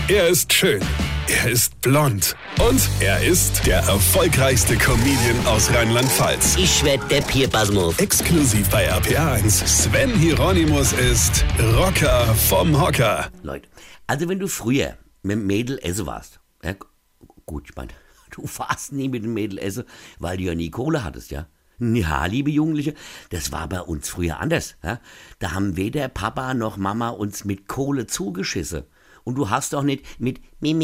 Er ist schön. Er ist blond. Und er ist der erfolgreichste Comedian aus Rheinland-Pfalz. Ich werd der Pierpasmus. Exklusiv bei RPA1. Sven Hieronymus ist Rocker vom Hocker. Leute, also wenn du früher mit dem Mädel essen warst, ja, gut, ich meine, du warst nie mit dem Mädel essen, weil du ja nie Kohle hattest, ja? Ja, liebe Jugendliche, das war bei uns früher anders, ja? Da haben weder Papa noch Mama uns mit Kohle zugeschissen. Und du hast doch nicht mit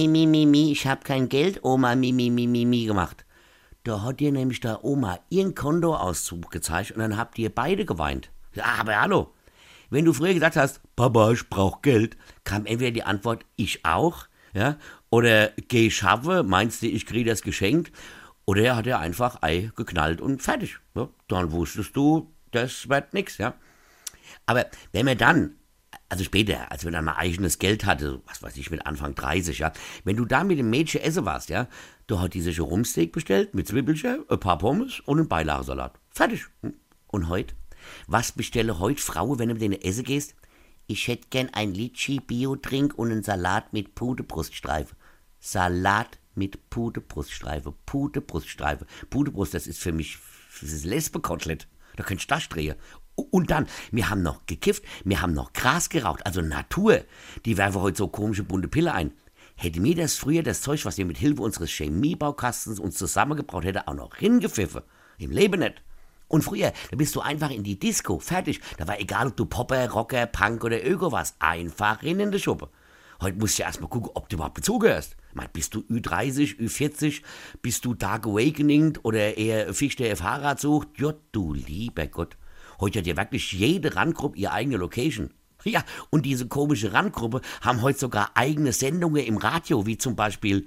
mi, ich hab kein Geld, Oma, mi gemacht. Da hat dir nämlich der Oma ihren Kontoauszug gezeigt und dann habt ihr beide geweint. Ja, aber hallo, wenn du früher gesagt hast, Papa, ich brauch Geld, kam entweder die Antwort, ich auch, ja, oder geh schaffe, meinst du, ich krieg das geschenkt, oder er hat ja einfach Ei geknallt und fertig. Ja, dann wusstest du, das wird nix, ja. Aber wenn wir dann, also später, als wir dann mal eigenes Geld hatte, was weiß ich, mit Anfang 30, ja, wenn du da mit dem Mädchen essen warst, ja, da hat die sich ein Rumsteak bestellt mit Zwiebelchen, ein paar Pommes und einen Beilagensalat. Fertig. Und heute? Was bestelle heute Frauen, wenn du mit denen essen gehst? Ich hätte gern ein Litschi-Bio-Trink und einen Salat mit Pudebruststreife. Salat mit Pudebruststreife. Pudebruststreife. Pudebrust, das ist für mich das ist Lesbe-Kotelett. Da könntest du das drehen. Und dann, wir haben noch gekifft, wir haben noch Gras geraucht, also Natur. Die werfen heute so komische bunte Pille ein. Hätte mir das früher, das Zeug, was wir mit Hilfe unseres Chemiebaukasten uns zusammengebraut hätten, auch noch hingepfiffen. Im Leben nicht. Und früher, da bist du einfach in die Disco, fertig. Da war egal, ob du Popper, Rocker, Punk oder Öko warst, einfach rein in die Schuppe. Heute musst du ja erstmal gucken, ob du überhaupt dazugehörst. Bist du Ü30, Ü40, bist du Dark Awakening oder eher Fisch, der Fahrrad sucht? Ja, du lieber Gott. Heute hat ja wirklich jede Randgruppe ihre eigene Location. Ja, und diese komische Randgruppe haben heute sogar eigene Sendungen im Radio, wie zum Beispiel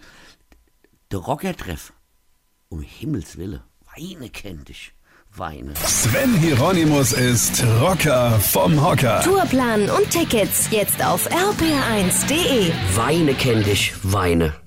der Rockertreff. Um Himmels Willen, Weine kennt dich. Weine. Sven Hieronymus ist Rocker vom Hocker. Tourplan und Tickets jetzt auf rpr1.de. Weine kennt dich, Weine.